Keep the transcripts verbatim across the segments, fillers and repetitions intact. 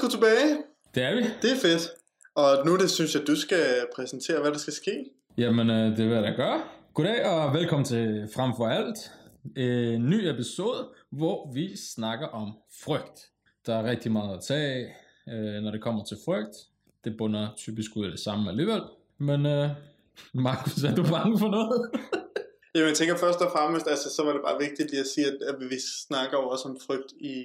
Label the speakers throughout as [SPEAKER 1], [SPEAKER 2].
[SPEAKER 1] sgu tilbage.
[SPEAKER 2] Det er vi.
[SPEAKER 1] Det er fedt. Og nu det synes jeg, du skal præsentere, hvad der skal ske.
[SPEAKER 2] Jamen, det vil jeg da gøre. Goddag og velkommen til Frem for Alt. En ny episode, hvor vi snakker om frygt. Der er rigtig meget at tage af, når det kommer til frygt. Det bunder typisk ud af det samme alligevel. Men uh, Markus, er du bange for noget?
[SPEAKER 1] Jamen, jeg tænker først og fremmest, altså, så var det bare vigtigt lige at sige, at, at vi snakker jo også om frygt i,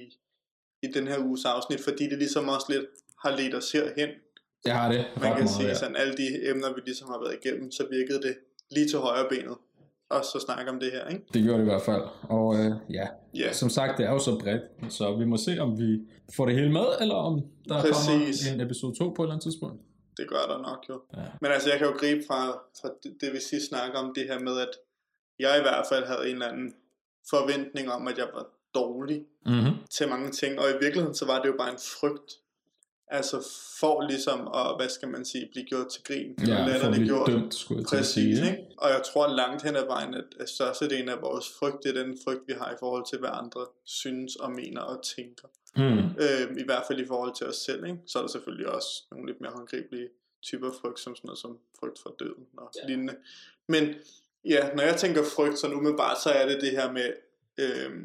[SPEAKER 1] i den her uges afsnit, fordi det ligesom også lidt har ledt os herhen.
[SPEAKER 2] Det har det.
[SPEAKER 1] Man kan
[SPEAKER 2] meget,
[SPEAKER 1] sige,
[SPEAKER 2] ja.
[SPEAKER 1] sådan alle de emner, vi ligesom har været igennem, så virkede det lige til højre benet. Og så snakke om det her, ikke?
[SPEAKER 2] Det gjorde det i hvert fald. Og øh, ja,
[SPEAKER 1] yeah.
[SPEAKER 2] som sagt, det er jo så bredt, så vi må se, om vi får det hele med, eller om der
[SPEAKER 1] Præcis.
[SPEAKER 2] kommer en episode to på et eller andet tidspunkt.
[SPEAKER 1] Det gør der nok jo.
[SPEAKER 2] Ja.
[SPEAKER 1] Men altså, jeg kan jo gribe fra, fra det, det vi sidst snakker om, det her med, at jeg i hvert fald havde en eller anden forventning om, at jeg var dårlig
[SPEAKER 2] mm-hmm.
[SPEAKER 1] til mange ting. Og i virkeligheden, så var det jo bare en frygt. Altså for ligesom at, hvad skal man sige, blive gjort til grin.
[SPEAKER 2] Ja, for at blive gjort. Dømt, skulle jeg
[SPEAKER 1] Præcis,
[SPEAKER 2] sige.
[SPEAKER 1] Ikke? Og jeg tror langt hen ad vejen, at, at størstedelen af vores frygt, det er den frygt, vi har i forhold til, hvad andre synes og mener og tænker.
[SPEAKER 2] Mm.
[SPEAKER 1] Øhm, I hvert fald i forhold til os selv, ikke? Så er der selvfølgelig også nogle lidt mere håndgribelige typer frygt, som sådan noget som frygt for døden og ja. lignende. Men ja, når jeg tænker frygt, så umiddelbart, så er det det her med, øhm,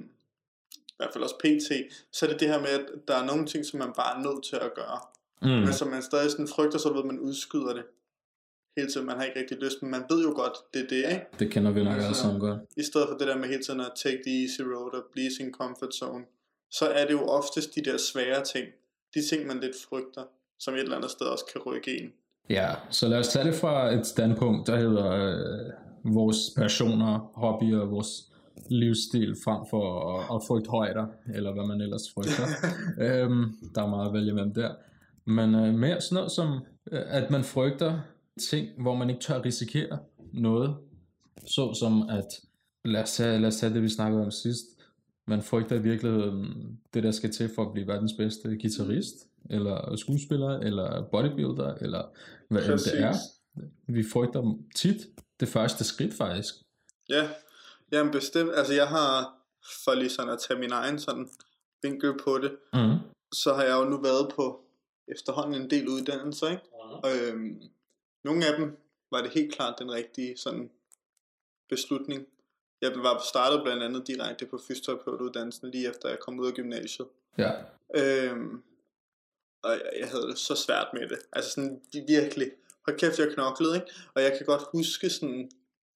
[SPEAKER 1] i hvert fald også pt, så er det det her med, at der er nogle ting, som man bare er nødt til at gøre. Mm. Men som man stadig sådan frygter, så ved man udskyder det hele tiden. Man har ikke rigtig lyst, men man ved jo godt, det er det, ikke?
[SPEAKER 2] Det kender vi nok
[SPEAKER 1] altså,
[SPEAKER 2] alle sammen godt.
[SPEAKER 1] I stedet for det der med hele tiden at take the easy road og blive sin comfort zone, så er det jo oftest de der svære ting, de ting man lidt frygter, som et eller andet sted også kan rykke ind.
[SPEAKER 2] Ja, så lad os tage det fra et standpunkt, der hedder øh, vores passioner, hobbyer, vores livsstil frem for at, at frygte højder, eller hvad man ellers frygter. øhm, der er meget at vælge mellem der. Men øh, mere sådan noget som, øh, at man frygter ting, hvor man ikke tør risikere noget. Så som at, lad os tage, lad os tage det, vi snakkede om sidst, man frygter i virkeligheden det, der skal til for at blive verdens bedste guitarist, eller skuespiller, eller bodybuilder, eller hvad end det er. Vi frygter tit det første skridt faktisk.
[SPEAKER 1] Ja, jamen bestemt. Altså jeg har, for lige sådan at tage min egen sådan vinkel på det, mm. så har jeg jo nu været på efterhånden en del uddannelser, ikke? Mm. Og øhm, nogle af dem var det helt klart den rigtige sådan beslutning. Jeg var startet blandt andet direkte på fysioterapeutuddannelsen lige efter jeg kom ud af gymnasiet.
[SPEAKER 2] Ja.
[SPEAKER 1] Øhm, og jeg, jeg havde det så svært med det. Altså sådan virkelig. Hold kæft, jeg knoklede, ikke? Og jeg kan godt huske sådan,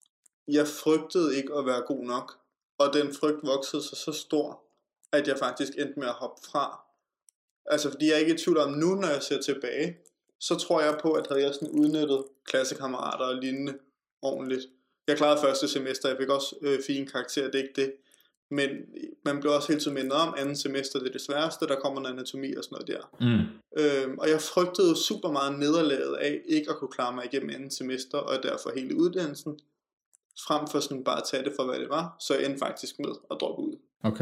[SPEAKER 1] jeg frygtede ikke at være god nok. Og den frygt voksede sig så stor, at jeg faktisk endte med at hoppe fra. Altså fordi jeg er ikke i tvivl om nu, når jeg ser tilbage, så tror jeg på, at havde jeg sådan udnyttet klassekammerater og lignende ordentligt. Jeg klarede første semester, jeg fik også øh, fine karakterer, det er ikke det. Men man bliver også hele tiden mindet om, anden semester det er det sværeste, der kommer en anatomi og sådan noget der. Mm. Øhm, og jeg frygtede super meget nederlaget af ikke at kunne klare mig igennem anden semester, og derfor hele uddannelsen, frem for sådan bare at tage det for hvad det var, så jeg endte faktisk med at droppe ud.
[SPEAKER 2] Okay.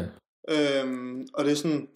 [SPEAKER 1] Øhm, og det er sådan,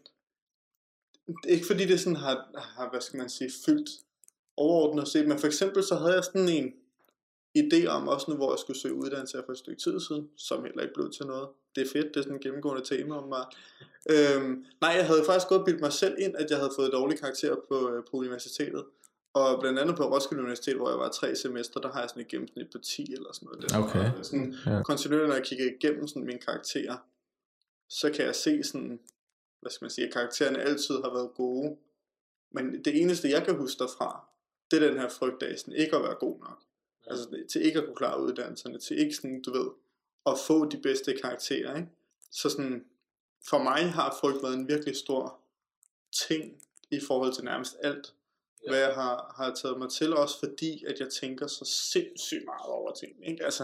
[SPEAKER 1] ikke fordi det sådan har, har hvad skal man sige, fyldt overordnet set, men for eksempel så havde jeg sådan en idé om også nu, hvor jeg skulle søge uddannelse for et stykke tid siden, som heller ikke blev til noget. Det er fedt, det er sådan et gennemgående tema om mig. Øhm, nej, jeg havde faktisk godt bildt mig selv ind, at jeg havde fået dårlige karakterer på, øh, på universitetet. Og blandt andet på Roskilde Universitet, hvor jeg var tre semester, der har jeg sådan et gennemsnit på ti eller sådan noget. Der.
[SPEAKER 2] Okay.
[SPEAKER 1] Og sådan, ja. Kontinuerligt, når jeg kigger igennem sådan mine karakterer, så kan jeg se sådan, hvad skal man sige, at karaktererne altid har været gode. Men det eneste, jeg kan huske derfra, det er den her frygt af sådan ikke at være god nok. Ja. Altså til ikke at kunne klare uddannelserne, til ikke sådan, du ved, at få de bedste karakterer, ikke? Så sådan, for mig har frygt været en virkelig stor ting i forhold til nærmest alt, ja. Hvad jeg har, har taget mig til, også fordi, at jeg tænker så sindssygt meget over ting, ikke? Altså,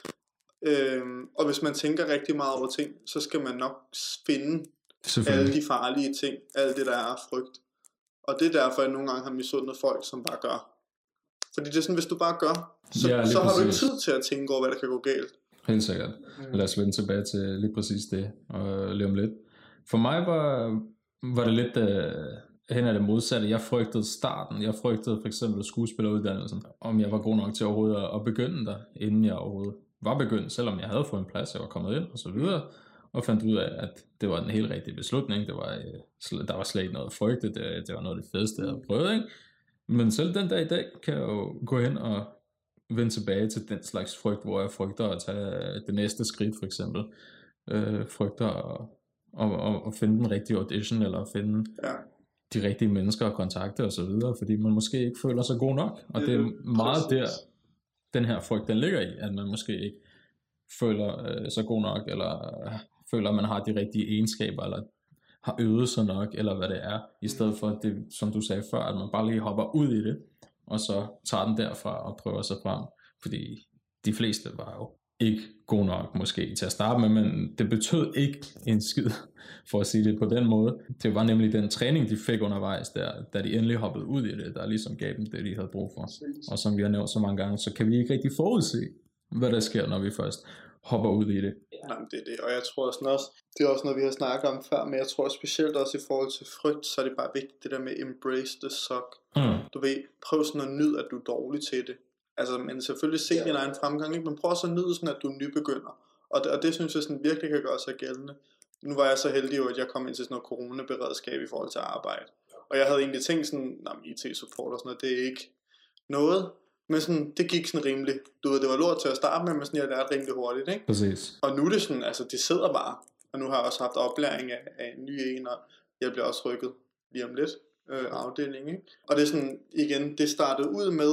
[SPEAKER 1] øhm, og hvis man tænker rigtig meget over ting, så skal man nok finde alle de farlige ting, alt det der er frygt. Og det er derfor, jeg nogle gange har misundet folk, som bare gør. Fordi det er sådan, hvis du bare gør, så, ja, så har du ikke tid til at tænke over, hvad der kan gå galt.
[SPEAKER 2] Helt sikkert. Mm. Lad os vende tilbage til lige præcis det, og lige om lidt. For mig var, var det lidt uh, hen af det modsatte. Jeg frygtede starten. Jeg frygtede for eksempel skuespilleruddannelsen. Om jeg var god nok til overhovedet at begynde der, inden jeg overhovedet var begyndt. Selvom jeg havde fået en plads, jeg var kommet ind og så videre. og fandt ud af, at det var den helt rigtige beslutning. Det var, øh, der var slet ikke noget frygt, det, det var noget af det fedeste, jeg havde prøvet, ikke? Men selv den dag i dag, kan jeg jo gå hen og vende tilbage til den slags frygt, hvor jeg frygter at tage det næste skridt, for eksempel. Øh, frygter at, at, at, at finde den rigtige audition, eller at finde ja. de rigtige mennesker og kontakte og så videre, fordi man måske ikke føler sig god nok. Og det, det er meget præcis. Der, den her frygt, den ligger i, at man måske ikke føler øh, sig god nok, eller øh, føler, at man har de rigtige egenskaber, eller har øvet sig nok, eller hvad det er, i stedet for, at det, som du sagde før, at man bare lige hopper ud i det, og så tager den derfra og prøver sig frem. Fordi de fleste var jo ikke gode nok måske til at starte med, men det betød ikke en skid, for at sige det på den måde. Det var nemlig den træning, de fik undervejs, der, da de endelig hoppede ud i det, der ligesom gav dem det, de havde brug for. Og som vi har nævnt så mange gange, så kan vi ikke rigtig forudse, hvad der sker, når vi først hopper ud i det.
[SPEAKER 1] Jamen det er det, og jeg tror sådan også, det er også noget, vi har snakket om før, men jeg tror specielt også i forhold til frygt, så er det bare vigtigt det der med embrace the suck. Mm. Du ved, prøv sådan at nyde, at du er dårlig til det. Altså, men selvfølgelig se ja. din egen fremgang, ikke? Men prøv også at nyde sådan, at du er nybegynder. Og det, og det synes jeg sådan virkelig kan gøre sig gældende. Nu var jeg så heldig jo, at jeg kom ind til sådan noget coronaberedskab i forhold til arbejde. Og jeg havde egentlig tænkt sådan, nej, I T-support og sådan noget, det er ikke noget. Men sådan, det gik sådan rimelig, du ved, det var lort til at starte med, men sådan, jeg lærte rimelig hurtigt, ikke?
[SPEAKER 2] Præcis.
[SPEAKER 1] Og nu er det sådan, altså, det sidder bare. Og nu har jeg også haft oplæring af, af en ny en, og jeg bliver også rykket lige om lidt, øh, afdeling, ikke? Og det er sådan, igen, det startede ud med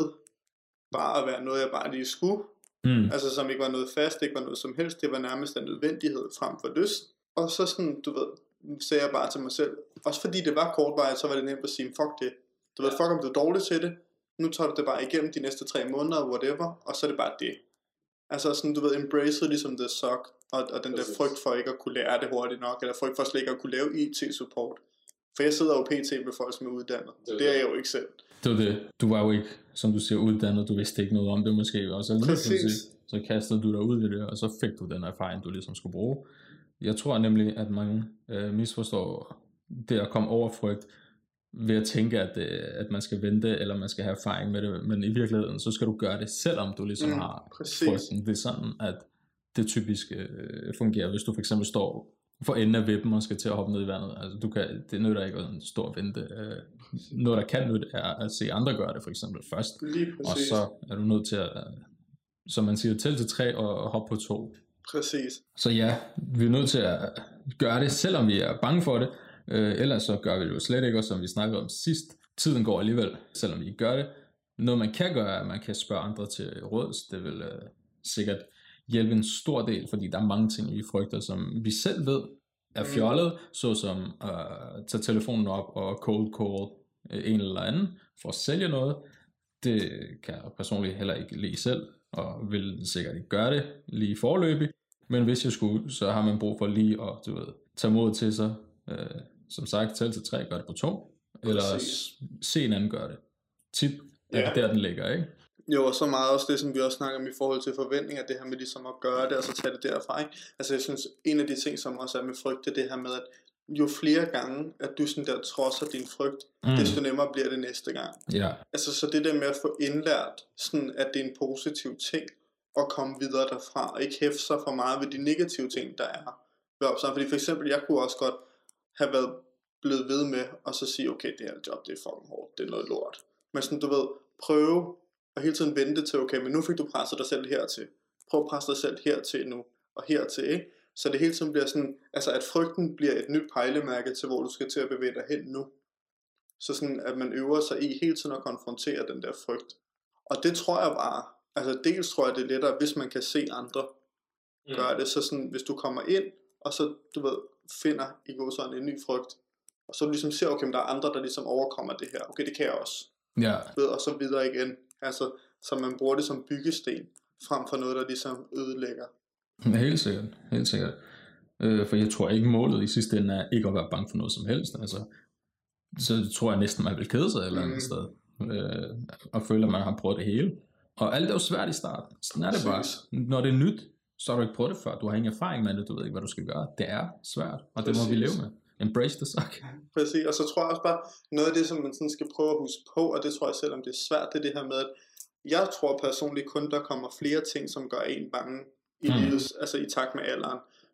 [SPEAKER 1] bare at være noget, jeg bare lige skulle. Mm. Altså, som ikke var noget fast, ikke var noget som helst. Det var nærmest en nødvendighed frem for lyst. Og så sådan, du ved, sagde jeg bare til mig selv. Også fordi det var kortvarigt, så var det nemt at sige, fuck det. Du ved, fuck om du er dårlig til det. Nu tager du det bare igennem de næste tre måneder, whatever. Og så er det bare det. Altså sådan, du ved, embrace ligesom det suck. Og, og den der frygt for ikke at kunne lære det hurtigt nok. Eller frygt for slet ikke at kunne lave I T-support. For jeg sidder jo pt med folk, som er uddannet. Det, det er jeg jo ikke selv.
[SPEAKER 2] Det var det. Du var jo ikke, som du siger, uddannet. Du vidste ikke noget om det måske. Og så,
[SPEAKER 1] Præcis.
[SPEAKER 2] så kastede du dig ud i det, og så fik du den erfaring, du ligesom skulle bruge. Jeg tror nemlig, at mange øh, misforstår det at komme over frygt ved at tænke, at, øh, at man skal vente, eller man skal have erfaring med det. Men i virkeligheden, så skal du gøre det, selvom du ligesom mm, har præcis. frygten. Det er sådan, at det typisk øh, fungerer. Hvis du for eksempel står for enden af vippen og skal til at hoppe ned i vandet. Altså, du kan, det nytter ikke at stå og vente. Øh, noget, der kan nytte, er at se andre gøre det, for eksempel først. Og så er du nødt til at, som man siger, tælle til tre og hoppe på to.
[SPEAKER 1] Præcis.
[SPEAKER 2] Så ja, vi er nødt til at gøre det, selvom vi er bange for det. Øh, ellers så gør vi det jo slet ikke, og som vi snakkede om sidst. Tiden går alligevel, selvom vi ikke gør det. Noget man kan gøre, er, at man kan spørge andre til råds. Det vil øh, sikkert hjælpe en stor del, fordi der er mange ting, vi frygter, som vi selv ved er fjollet, såsom at tage telefonen op og cold call en eller anden for at sælge noget. Det kan jeg personligt heller ikke lide selv, og vil sikkert ikke gøre det lige forløbig. Men hvis jeg skulle, så har man brug for lige at, du ved, tage mod til sig. Øh, som sagt, tælle til tre, gør det på to. Eller se en anden gøre det. Tip, er yeah. der den ligger, ikke?
[SPEAKER 1] Jo, og så meget også det, som vi også snakker om i forhold til forventninger, det her med ligesom at gøre det, og så tage det derfra, ikke? Altså jeg synes, en af de ting, som også er med frygt, det er det her med, at jo flere gange, at du sådan der trodser din frygt, mm. desto nemmere bliver det næste gang.
[SPEAKER 2] Yeah. Altså
[SPEAKER 1] så det der med at få indlært, sådan at det er en positiv ting, at komme videre derfra, og ikke hæfte sig for meget ved de negative ting, der er. Fordi for eksempel, jeg kunne også godt have været blevet ved med, og så sige, okay, det her job, det er fucking hårdt, det er noget lort. Men sådan, du ved, prøve og hele tiden vente til, okay, men nu fik du presset dig selv hertil. Prøv at presse dig selv hertil nu, og hertil, ikke? Så det hele tiden bliver sådan, altså at frygten bliver et nyt pejlemærke til, hvor du skal til at bevæge dig hen nu. Så sådan, at man øver sig i hele tiden at konfrontere den der frygt. Og det tror jeg bare, altså dels tror jeg, det er lettere, hvis man kan se andre mm. gøre det. Så sådan, hvis du kommer ind, og så, du ved, finder i går sådan en ny frygt, og så du ligesom ser, okay, men der er andre, der ligesom overkommer det her. Okay, det kan jeg også.
[SPEAKER 2] Ja.
[SPEAKER 1] Ved, og så videre igen. Altså, så man bruger det som byggesten, frem for noget, der ligesom ødelægger.
[SPEAKER 2] Helt sikkert, helt sikkert. Øh, for jeg tror ikke, målet i sidste ende er ikke at være bange for noget som helst. Altså, så tror jeg næsten, man vil kede sig et eller andet mm. sted. Øh, og føle, at man har prøvet det hele. Og alt er jo svært i starten. Sådan er det bare. Når det er nyt, så har du ikke prøvet det før. Du har ingen erfaring med det, du ved ikke, hvad du skal gøre. Det er svært, og det Præcis. må vi leve med. Embrace the suck.
[SPEAKER 1] Præcis, og så tror jeg også bare, noget af det, som man sådan skal prøve at huske på, og det tror jeg selvom det er svært, det er det her med, at jeg tror personligt kun, der kommer flere ting, som gør en bange i mm. livet, altså i takt med alderen.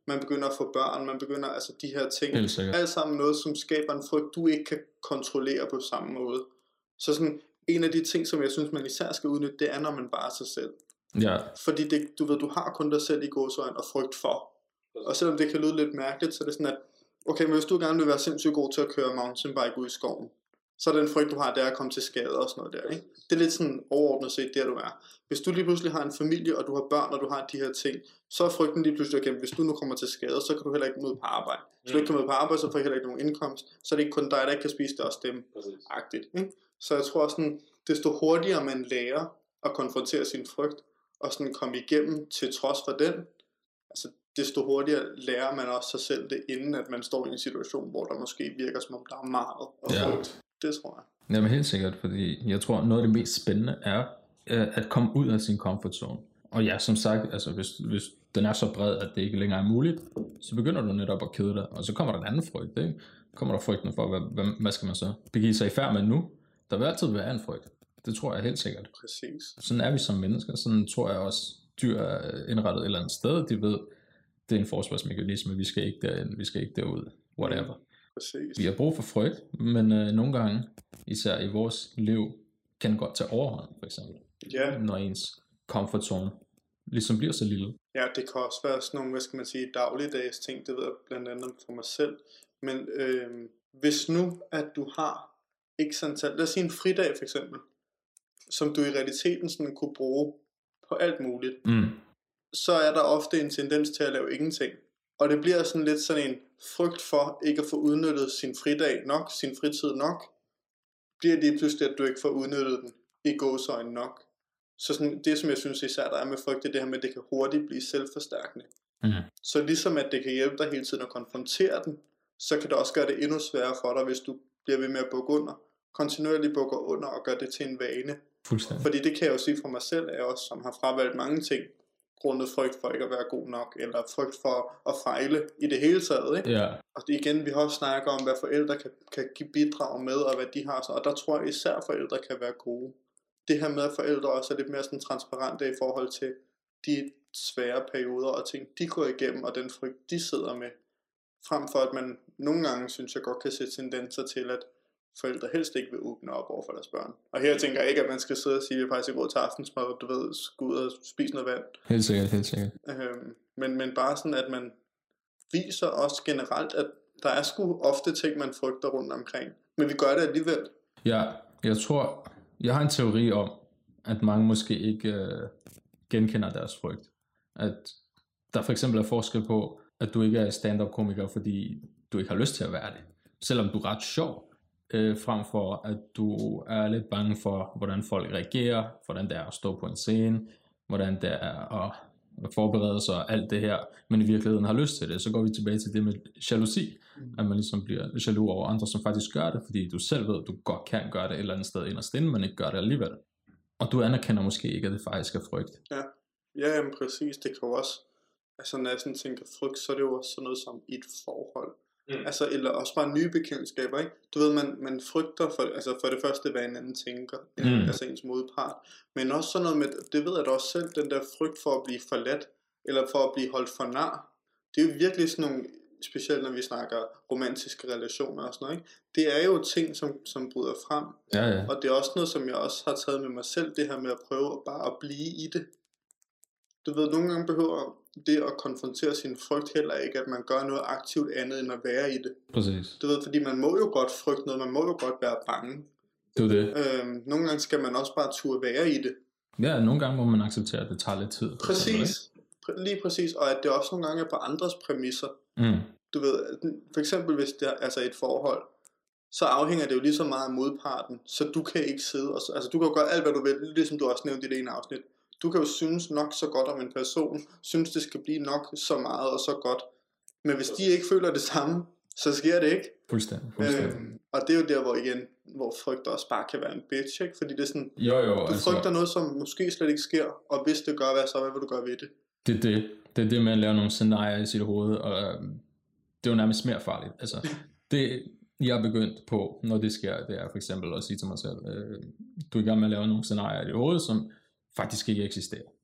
[SPEAKER 1] man begynder at få børn, man begynder, altså de her ting,
[SPEAKER 2] alt
[SPEAKER 1] sammen noget, som skaber en frygt, du ikke kan kontrollere på samme måde. Så sådan, en af de ting, som jeg synes, man især skal udnytte, det er, når man bare er sig selv.
[SPEAKER 2] Ja.
[SPEAKER 1] Fordi det, du ved, du har kun dig selv i gåseøjne og frygt for. Og selvom det kan lyde lidt mærkeligt, så er det sådan, at okay, men hvis du gerne vil være sindssygt god til at køre mountainbike ud i skoven, så er den frygt, du har, det er at komme til skade og sådan noget der, ikke? Det er lidt sådan overordnet set, der du er. Hvis du lige pludselig har en familie, og du har børn, og du har de her ting, så er frygten lige pludselig, okay, hvis du nu kommer til skade, så kan du heller ikke møde på arbejde. Hvis du ikke kan møde på arbejde, så får du heller ikke nogen indkomst, så er det ikke kun dig, der ikke kan spise det og stemme. Agtigt, ikke? Så jeg tror sådan, desto hurtigere man lærer at konfrontere sin frygt, og sådan komme igennem til trods for den, altså desto hurtigere lærer man også sig selv det, inden at man står i en situation, hvor der måske virker som om der er meget og frygt. Ja. Det tror jeg.
[SPEAKER 2] Jamen helt sikkert, fordi jeg tror, noget af det mest spændende er at komme ud af sin comfort zone. Og ja, som sagt, altså hvis, hvis den er så bred, at det ikke længere er muligt, så begynder du netop at kede dig, og så kommer der en anden frygt, ikke? Kommer der frygten for, hvad, hvad, hvad skal man så begive sig i færd med nu? Der vil altid være en frygt. Det tror jeg helt sikkert.
[SPEAKER 1] Præcis.
[SPEAKER 2] Sådan er vi som mennesker, sådan tror jeg også, dyr er indrettet et eller andet sted, de ved, det er en forsvarsmekanisme, vi skal ikke derind, vi skal ikke derud, whatever.
[SPEAKER 1] Præcis.
[SPEAKER 2] Vi har brug for frygt, men øh, nogle gange, især i vores liv, kan det godt tage overhånd, for eksempel.
[SPEAKER 1] Ja.
[SPEAKER 2] Når ens comfort zone ligesom bliver så lille.
[SPEAKER 1] Ja, det kan også være sådan nogle, hvad skal man sige, dagligdags ting, det ved jeg blandt andet for mig selv. Men øh, hvis nu, at du har ikke sådan tal, lad os sige en fridag for eksempel, som du i realiteten sådan kunne bruge på alt muligt,
[SPEAKER 2] mm.
[SPEAKER 1] så er der ofte en tendens til at lave ingenting. Og det bliver sådan lidt sådan en frygt for ikke at få udnyttet sin fridag nok, sin fritid nok, bliver det pludselig, at du ikke får udnyttet den i gåseøjne nok. Så sådan, det, som jeg synes især, der er med frygt, det er det her med, at det kan hurtigt blive selvforstærkende.
[SPEAKER 2] Mm.
[SPEAKER 1] Så ligesom at det kan hjælpe dig hele tiden at konfrontere den, så kan det også gøre det endnu sværere for dig, hvis du bliver ved med at bukke under. Kontinuerligt bukker under og gør det til en vane.
[SPEAKER 2] Fuldstændig.
[SPEAKER 1] Fordi det kan jeg jo sige for mig selv, at jeg også som har fravalgt mange ting, grundet frygt for ikke at være god nok, eller frygt for at fejle i det hele taget, ikke?
[SPEAKER 2] Ja.
[SPEAKER 1] Og det, igen, vi har også snakket om, hvad forældre kan, kan give bidrag med, og hvad de har, og der tror jeg især, at forældre kan være gode. Det her med, at forældre også er lidt mere sådan transparente i forhold til de svære perioder og ting, de går igennem, og den frygt, de sidder med, frem for at man nogle gange, synes jeg godt kan se tendenser til, at forældre helst ikke vil åbne op over for deres børn. Og her tænker jeg ikke, at man skal sidde og sige, at vi faktisk er gået til aftensmad, og du ved, gå ud og spise noget vand.
[SPEAKER 2] Helt sikkert, helt sikkert.
[SPEAKER 1] Øhm, men, men bare sådan, at man viser også generelt, at der er sgu ofte ting, man frygter rundt omkring. Men vi gør det alligevel.
[SPEAKER 2] Ja, jeg tror, jeg har en teori om, at mange måske ikke øh, genkender deres frygt. At der for eksempel er forskel på, at du ikke er stand-up komiker, fordi du ikke har lyst til at være det. Selvom du er ret sjov. Øh, frem for at du er lidt bange for, hvordan folk reagerer, hvordan det er at stå på en scene, hvordan det er at forberede sig og alt det her, men i virkeligheden har lyst til det. Så går vi tilbage til det med jalousi, mm. at man ligesom bliver jaloux over andre, som faktisk gør det, fordi du selv ved, at du godt kan gøre det et eller andet sted inderst inde, men ikke gør det alligevel. Og du anerkender måske ikke, at det faktisk er frygt.
[SPEAKER 1] Ja, ja jamen, præcis. Det kan jo også, altså når jeg sådan tænker frygt, så er det jo også sådan noget som et forhold. Mm. Altså, eller også bare nye bekendtskaber, ikke? Du ved, man, man frygter for, altså for det første, hvad en anden tænker, mm. altså ens modpart, men også sådan noget med, det ved jeg da også selv, den der frygt for at blive forladt, eller for at blive holdt for nar, det er jo virkelig sådan nogle, specielt når vi snakker romantiske relationer og sådan noget, ikke? Det er jo ting, som, som bryder frem,
[SPEAKER 2] ja, ja.
[SPEAKER 1] Og det er også noget, som jeg også har taget med mig selv, det her med at prøve bare at blive i det. Du ved, nogle gange behøver det at konfrontere sin frygt heller ikke, at man gør noget aktivt andet end at være i det.
[SPEAKER 2] Præcis.
[SPEAKER 1] Du ved, fordi man må jo godt frygte noget, man må jo godt være bange.
[SPEAKER 2] Det er det.
[SPEAKER 1] Øhm, nogle gange skal man også bare turde være i det.
[SPEAKER 2] Ja, nogle gange må man acceptere, at det tager lidt tid.
[SPEAKER 1] Præcis. Pr- lige præcis. Og at det også nogle gange er på andres præmisser.
[SPEAKER 2] Mm.
[SPEAKER 1] Du ved, for eksempel hvis det er altså et forhold, så afhænger det jo lige så meget af modparten, så du kan ikke sidde og, altså du kan jo gøre alt hvad du vil, ligesom du også nævnte i det ene afsnit. Du kan jo synes nok så godt om en person, synes det skal blive nok så meget og så godt, men hvis de ikke føler det samme, så sker det ikke.
[SPEAKER 2] Fuldstændig, fuldstændig.
[SPEAKER 1] Øhm, og det er jo der, hvor igen, hvor frygt også bare kan være en bitch, ikke? Fordi det er sådan,
[SPEAKER 2] jo, jo,
[SPEAKER 1] du
[SPEAKER 2] altså,
[SPEAKER 1] frygter noget, som måske slet ikke sker, og hvis det gør, hvad så, hvad vil du gøre ved det?
[SPEAKER 2] Det er det. Det er det med at lave nogle scenarier i sit hoved, og øh, det er jo nærmest mere farligt. Altså, det jeg er begyndt på, når det sker, det er for eksempel at sige til mig selv, øh, du er i gang med at lave nogle scenarier i dit hoved, som faktisk ikke eksisterer.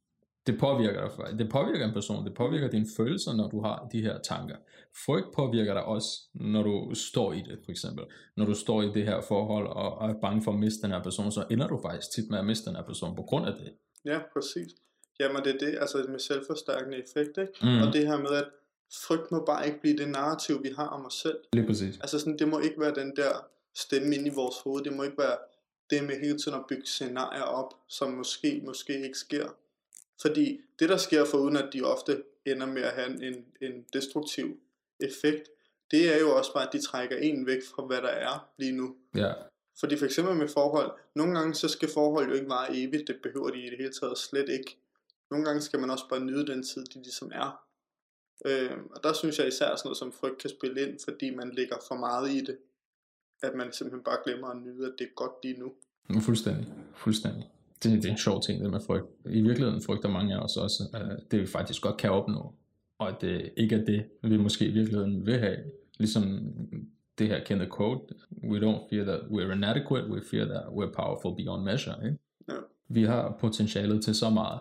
[SPEAKER 2] Det påvirker dig. Det påvirker en person. Det påvirker dine følelser, når du har de her tanker. Frygt påvirker dig også, når du står i det, for eksempel. Når du står i det her forhold og er bange for at miste den her person, så ender du faktisk tit med at miste den her person på grund af det.
[SPEAKER 1] Ja, præcis. Jamen det er det, altså med selvforstærkende effekt, ikke?
[SPEAKER 2] Mm.
[SPEAKER 1] Og det her med, at frygt må bare ikke blive det narrativ, vi har om os selv.
[SPEAKER 2] Lige præcis.
[SPEAKER 1] Altså sådan, det må ikke være den der stemme inde i vores hoved. Det må ikke være det med hele tiden at bygge scenarier op, som måske, måske ikke sker. Fordi det, der sker, foruden at de ofte ender med at have en, en destruktiv effekt, det er jo også bare, at de trækker en væk fra, hvad der er lige nu.
[SPEAKER 2] Ja.
[SPEAKER 1] Fordi for eksempel med forhold, nogle gange så skal forhold jo ikke vare evigt, det behøver de i det hele taget slet ikke. Nogle gange skal man også bare nyde den tid, de ligesom er. Øh, og der synes jeg især sådan noget som frygt kan spille ind, fordi man lægger for meget i det. At man simpelthen bare glemmer at nyde, at det er godt lige nu.
[SPEAKER 2] Fuldstændig, fuldstændig. Det, det er en sjov ting, det med frygt. I virkeligheden frygter mange af os også, at det vi faktisk godt kan opnå. Og at det ikke er det, vi måske i virkeligheden vil have. Ligesom det her kendte quote, we don't fear that we're inadequate, we fear that we're powerful beyond measure. Ikke?
[SPEAKER 1] Ja.
[SPEAKER 2] Vi har potentialet til så meget,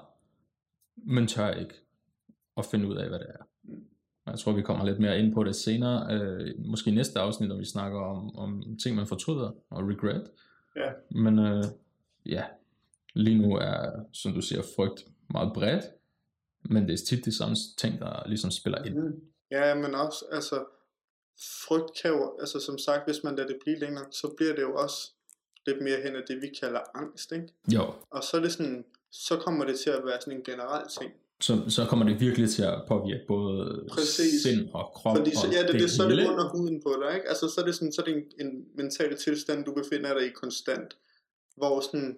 [SPEAKER 2] men tør ikke at finde ud af, hvad det er. Jeg tror, vi kommer lidt mere ind på det senere, øh, måske i næste afsnit, når vi snakker om, om ting, man fortryder og regret.
[SPEAKER 1] Ja.
[SPEAKER 2] Men øh, ja, lige nu er, som du siger, frygt meget bredt, men det er tit de samme ting, der ligesom spiller ind.
[SPEAKER 1] Mm. Ja, men også, altså, frygt kan jo, altså som sagt, hvis man lader det blive længere, så bliver det jo også lidt mere hen af det, vi kalder angst, ikke?
[SPEAKER 2] Jo.
[SPEAKER 1] Og så er det sådan, så kommer det til at være sådan en generel ting.
[SPEAKER 2] Så, så kommer det virkelig til at påvirke både
[SPEAKER 1] Præcis.
[SPEAKER 2] sind og krop.
[SPEAKER 1] Fordi så,
[SPEAKER 2] og
[SPEAKER 1] ja, det, det, så er det
[SPEAKER 2] hele.
[SPEAKER 1] under huden på dig, ikke? Altså så er det sådan, så er det en, en mental tilstand, du befinder dig i konstant, hvor sådan,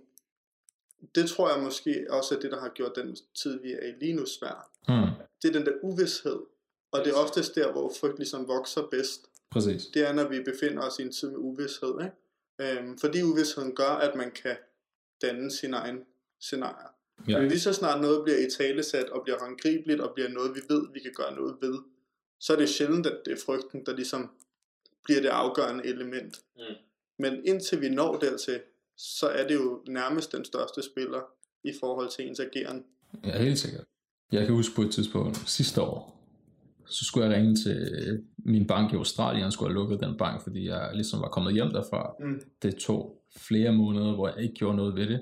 [SPEAKER 1] det tror jeg måske også er det, der har gjort den tid, vi er i lige nu svær.
[SPEAKER 2] Hmm.
[SPEAKER 1] Det er den der uvished, og det er oftest der, hvor frygt ligesom vokser bedst.
[SPEAKER 2] Præcis.
[SPEAKER 1] Det er, når vi befinder os i en tid med uvished, ikke? Øhm, fordi uvisheden gør, at man kan danne sin egen scenarier. Ja. Men lige så snart noget bliver italesat og bliver håndgribeligt og bliver noget, vi ved, vi kan gøre noget ved, så er det sjældent, at det er frygten, der ligesom bliver det afgørende element. Mm. Men indtil vi når dertil, så er det jo nærmest den største spiller i forhold til ens ageren.
[SPEAKER 2] Ja, helt sikkert. Jeg kan huske på et tidspunkt sidste år, så skulle jeg ringe til min bank i Australien, og skulle have lukket den bank, fordi jeg ligesom var kommet hjem derfra. Mm. Det tog flere måneder, hvor jeg ikke gjorde noget ved det,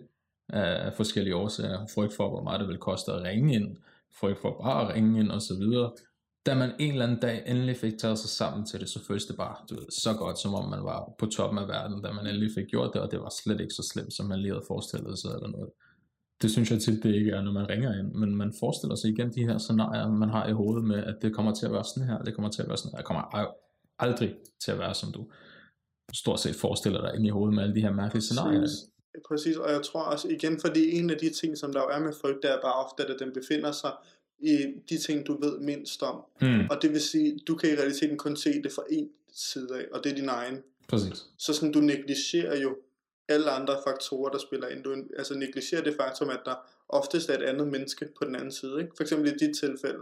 [SPEAKER 2] af forskellige årsager. Frygt for, hvor meget det ville koste at ringe ind, frygt for bare at ringe ind, og så videre. Da man en eller anden dag endelig fik taget sig sammen til det, så føltes det bare, du ved, så godt, som om man var på toppen af verden, da man endelig fik gjort det, og det var slet ikke så slemt, som man lige havde forestillet sig eller noget. Det synes jeg tit, det ikke er, når man ringer ind, men man forestiller sig igen de her scenarier, man har i hovedet med, at det kommer til at være sådan her, det kommer til at være sådan her, det kommer aldrig til at være, som du stort set forestiller dig ind i hovedet med alle de her mærkelige scenarier.
[SPEAKER 1] Præcis. Præcis, og jeg tror også igen, fordi en af de ting, som der jo er med frygt, det er bare ofte, at den befinder sig i de ting, du ved mindst om. Mm. Og det vil sige, du kan i realiteten kun se det fra en side af, og det er din egen.
[SPEAKER 2] Præcis.
[SPEAKER 1] Så sådan, du negligerer jo alle andre faktorer, der spiller ind. Du altså negligerer det faktum, at der oftest er et andet menneske på den anden side. Ikke? For eksempel i dit tilfælde.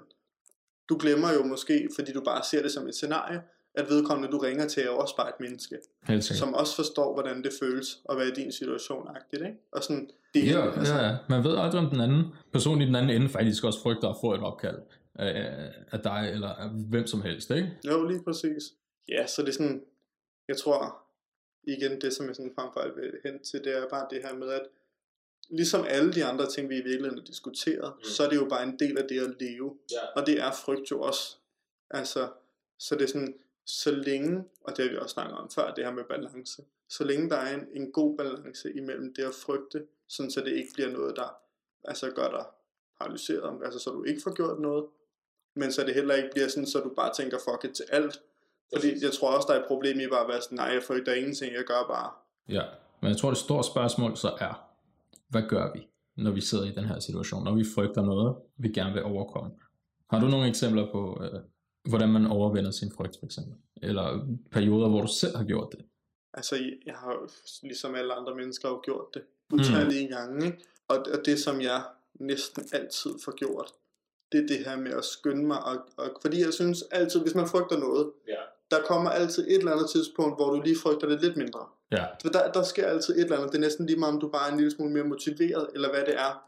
[SPEAKER 1] Du glemmer jo måske, fordi du bare ser det som et scenarie, at vedkommende, du ringer til, er også bare et menneske, som også forstår, hvordan det føles at være i din situation-agtigt, ikke? Og sådan, det
[SPEAKER 2] ja,
[SPEAKER 1] er, altså,
[SPEAKER 2] ja, ja, man ved aldrig, om den anden person i den anden ende faktisk også frygter at få et opkald af, af dig, eller af hvem som helst, ikke?
[SPEAKER 1] Jo, lige præcis. Ja, så det er sådan, jeg tror, igen, det som jeg sådan frem for alt vil hen til, det er bare det her med, at ligesom alle de andre ting, vi i virkeligheden har diskuteret, mm. så er det jo bare en del af det at leve, yeah. Og det er frygt jo også. Altså, så det er sådan, så længe, og det har vi også snakket om før, det her med balance, så længe der er en, en god balance imellem det at frygte, sådan så det ikke bliver noget, der altså gør dig paralyseret, altså så du ikke får gjort noget, men så det heller ikke bliver sådan, så du bare tænker fuck it til alt. Fordi jeg tror også, der er et problem i bare at være sådan, nej, jeg frygter ingenting, jeg gør bare.
[SPEAKER 2] Ja, men jeg tror, det store spørgsmål så er, hvad gør vi, når vi sidder i den her situation, når vi frygter noget, vi gerne vil overkomme? Har du nogle eksempler på, øh, hvordan man overvinder sin frygt, for eksempel? Eller perioder, hvor du selv har gjort det?
[SPEAKER 1] Altså, jeg har jo, ligesom alle andre mennesker, har gjort det utallige mm. gange, ikke? Og, og det, som jeg næsten altid får gjort, det er det her med at skynde mig, og, og, fordi jeg synes altid, hvis man frygter noget, yeah. der kommer altid et eller andet tidspunkt, hvor du lige frygter det lidt mindre.
[SPEAKER 2] Yeah.
[SPEAKER 1] For der, der sker altid et eller andet, det er næsten lige meget, om du bare er en lille smule mere motiveret, eller hvad det er.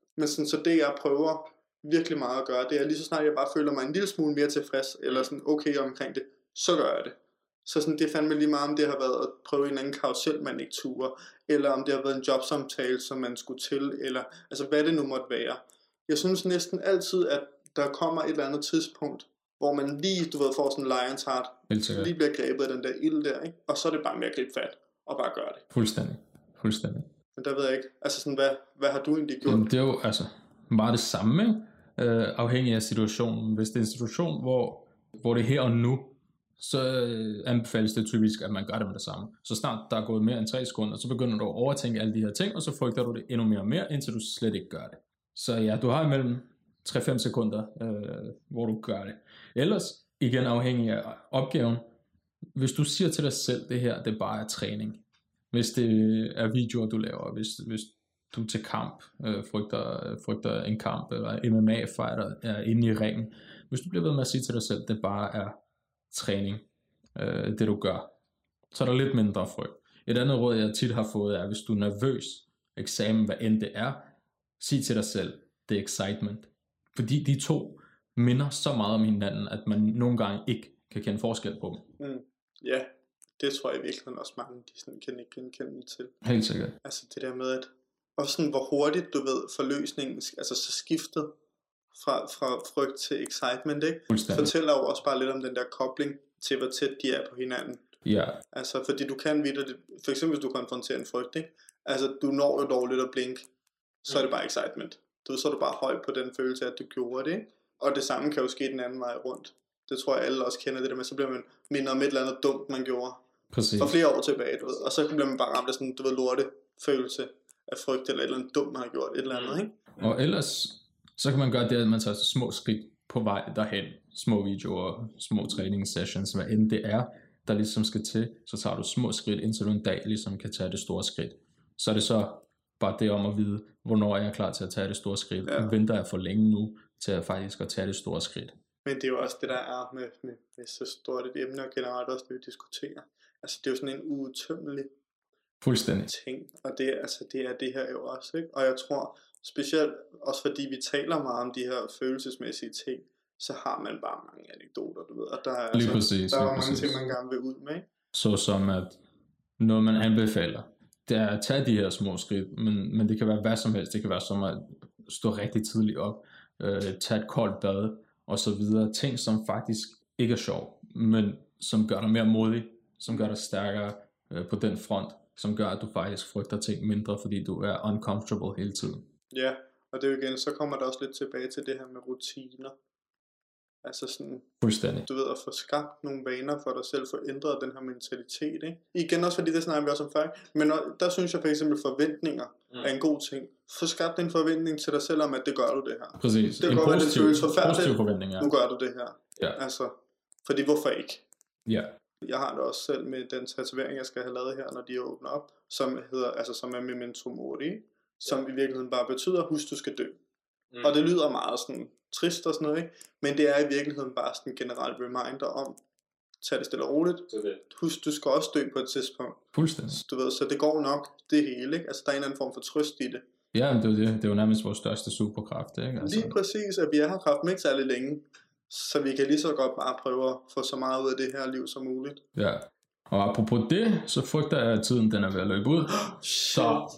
[SPEAKER 1] Men sådan, så det jeg prøver virkelig meget at gøre, det er lige så snart jeg bare føler mig en lille smule mere tilfreds, eller sådan okay omkring det, så gør jeg det. Så sådan, det er fandme lige meget, om det har været at prøve en anden karusel, man ikke turde, eller om det har været en jobsamtale, som man skulle til, eller altså hvad det nu måtte være. Jeg synes næsten altid, at der kommer et eller andet tidspunkt, hvor man lige, du ved, får sådan en lion's heart, lige bliver grebet af den der ild der, ikke? Og så er det bare med at gribe fat, og bare gøre det.
[SPEAKER 2] Fuldstændig, fuldstændig.
[SPEAKER 1] Men der ved jeg ikke, altså sådan, hvad, hvad har du egentlig gjort?
[SPEAKER 2] Jamen, det er jo altså meget det samme, ikke? Øh, afhængig af situationen. Hvis det er en situation, hvor, hvor det er her og nu, så anbefales det typisk, at man gør det med det samme. Så snart der er gået mere end tre sekunder, så begynder du at overtænke alle de her ting, og så frygter du det endnu mere og mere, indtil du slet ikke gør det. Så ja, du har imellem tre til fem sekunder, øh, hvor du gør det. Ellers, igen afhængig af opgaven, hvis du siger til dig selv, det her, det bare er træning. Hvis det er videoer, du laver, hvis, hvis du til kamp øh, frygter, frygter en kamp, eller M M A-fighter er inde i ringen. Hvis du bliver ved med at sige til dig selv, det bare er træning, øh, det du gør, så er der lidt mindre frygt. Et andet råd, jeg tit har fået, er, hvis du er nervøs, eksamen, hvad end det er, sig til dig selv, det er excitement. Fordi de to minder så meget om hinanden, at man nogle gange ikke kan kende forskel på dem.
[SPEAKER 1] Mm. Ja, det tror jeg virkelig også mange, de sådan kan ikke genkende til.
[SPEAKER 2] Helt sikkert.
[SPEAKER 1] Altså det der med, at og sådan, hvor hurtigt, du ved, forløsningen, altså så skiftet fra, fra frygt til excitement, ikke? Fortæller jo også bare lidt om den der kobling til, hvor tæt de er på hinanden.
[SPEAKER 2] Ja.
[SPEAKER 1] Altså, fordi du kan vide det, for eksempel hvis du konfronterer en frygt, ikke? Altså, du når jo dårligt at blinke, så er det bare excitement. Du ved, så er du bare høj på den følelse, at du gjorde det, ikke? Og det samme kan jo ske den anden vej rundt. Det tror jeg alle også kender det der med, så bliver man mindet om et eller andet dumt, man gjorde.
[SPEAKER 2] Præcis.
[SPEAKER 1] For flere år tilbage, du ved. Og så bliver man bare ramt af sådan, du ved, lorte følelse af frygt, eller et eller andet dumt, man har gjort, et eller andet, ikke?
[SPEAKER 2] Og ellers, så kan man gøre det, at man tager små skridt på vej derhen. Små videoer, små træningssessions, hvad end det er, der ligesom skal til. Så tager du små skridt, indtil du en dag ligesom kan tage det store skridt. Så er det så bare det om at vide, hvornår er jeg klar til at tage det store skridt. Ja. Venter jeg for længe nu til at faktisk at tage det store skridt.
[SPEAKER 1] Men det er jo også det, der er med, med, med så stort et emne, og generelt også det, vi diskuterer. Altså, det er jo sådan en uudtømmelig
[SPEAKER 2] fuldstændig
[SPEAKER 1] ting, og det, altså, det er det her jo også, ikke? Og jeg tror, specielt også fordi vi taler meget om de her følelsesmæssige ting, så har man bare mange anekdoter, du ved, og der er, altså,
[SPEAKER 2] præcis,
[SPEAKER 1] der er
[SPEAKER 2] lige
[SPEAKER 1] mange
[SPEAKER 2] præcis.
[SPEAKER 1] ting, man gerne vil ud med, ikke?
[SPEAKER 2] Så som at noget man anbefaler, det er at tage de her små skridt, men, men det kan være hvad som helst. Det kan være som at stå rigtig tidligt op, øh, tage et koldt bad og så videre. Ting som faktisk ikke er sjov, men som gør dig mere modig, som gør dig stærkere øh, på den front, som gør at du faktisk frygter ting mindre, fordi du er uncomfortable hele tiden.
[SPEAKER 1] Ja, og det er jo igen, så kommer der også lidt tilbage til det her med rutiner. Altså sådan,
[SPEAKER 2] fuldstændig.
[SPEAKER 1] Du ved, at få skabt nogle vaner for dig selv, få ændret den her mentalitet, ikke? Igen også fordi det snakker vi også om før, men der synes jeg for eksempel forventninger mm. er en god ting. Få skabt en forventning til dig selv om, at det gør du det her.
[SPEAKER 2] Præcis.
[SPEAKER 1] Det går godt, det føles forfærdeligt.
[SPEAKER 2] Forventning, ja.
[SPEAKER 1] Nu gør du det her.
[SPEAKER 2] Ja.
[SPEAKER 1] Altså, fordi hvorfor ikke?
[SPEAKER 2] Ja.
[SPEAKER 1] Jeg har det også selv med den tatovering, jeg skal have lavet her, når de åbner op, som hedder, altså som er Memento Mori, som ja. i virkeligheden bare betyder, husk du skal dø. Mm. Og det lyder meget sådan trist og sådan noget, ikke? Men det er i virkeligheden bare sådan en generel reminder om, tag det stille og roligt.
[SPEAKER 2] Okay.
[SPEAKER 1] Husk, du skal også dø på et tidspunkt.
[SPEAKER 2] Fuldstændig.
[SPEAKER 1] Du ved, så det går nok det hele, ikke? Altså der er en anden form for trøst i det.
[SPEAKER 2] Ja, men det er jo det. Det er jo nærmest vores største superkraft, ikke? Altså.
[SPEAKER 1] Lige præcis, at vi har haft ikke særlig længe, så vi kan lige så godt bare prøve at få så meget ud af det her liv som muligt.
[SPEAKER 2] Ja, og apropos det, så frygter jeg, at tiden den er ved at løbe ud. Så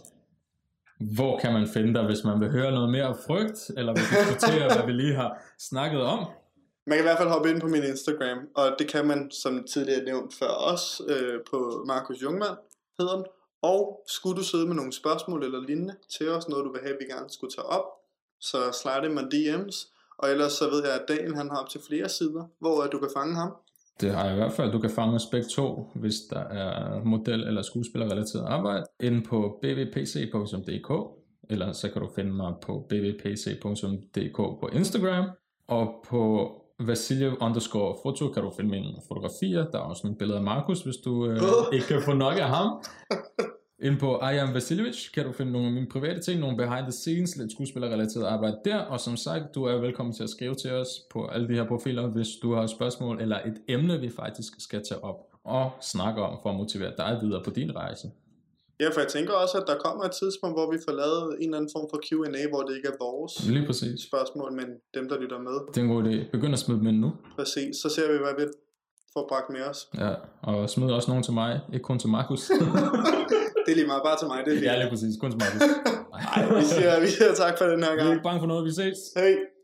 [SPEAKER 2] hvor kan man finde dig, hvis man vil høre noget mere om frygt, eller vil diskutere, hvad vi lige har snakket om?
[SPEAKER 1] Man kan i hvert fald hoppe ind på min Instagram, og det kan man, som tidligere nævnt før os, øh, på Markus Jungmann hedder den. Og skulle du sidde med nogle spørgsmål eller lignende til os, noget du vil have, vi gerne skulle tage op, så slide mig D M's. Og ellers så ved jeg, at Daniel han har op til flere sider, hvor du kan fange ham.
[SPEAKER 2] Det har jeg i hvert fald. Du kan fange os begge to, hvis der er model- eller skuespillerrelateret arbejde, inde på b v p c punktum d k, eller så kan du finde mig på b v p c punktum d k på Instagram, og på Vasiljev underscore foto kan du finde mine fotografier. Der er også nogle billeder af Markus, hvis du øh, ikke kan få nok af ham. Inde på I am Vasiljevic kan du finde nogle af mine private ting, nogle behind the scenes, lidt skuespillerrelateret arbejde der, og som sagt, du er velkommen til at skrive til os på alle de her profiler, hvis du har spørgsmål eller et emne, vi faktisk skal tage op og snakke om for at motivere dig videre på din rejse.
[SPEAKER 1] Ja, for jeg tænker også, at der kommer et tidspunkt, hvor vi får lavet en eller anden form for Q and A, hvor det ikke er vores
[SPEAKER 2] Lige præcis.
[SPEAKER 1] spørgsmål, men dem, der lytter med.
[SPEAKER 2] Det er en god idé. Begynd at smide dem ind nu.
[SPEAKER 1] Præcis, så ser vi, hvad vi får bragt med os.
[SPEAKER 2] Ja, og smid også nogen til mig, ikke kun til Markus.
[SPEAKER 1] Det er lige meget, bare til mig. Det er
[SPEAKER 2] ja, lige præcis. Kun til Markus.
[SPEAKER 1] Nej, vi siger, vi siger tak for den her gang.
[SPEAKER 2] Vi er ikke bange for noget, vi ses.
[SPEAKER 1] Hej.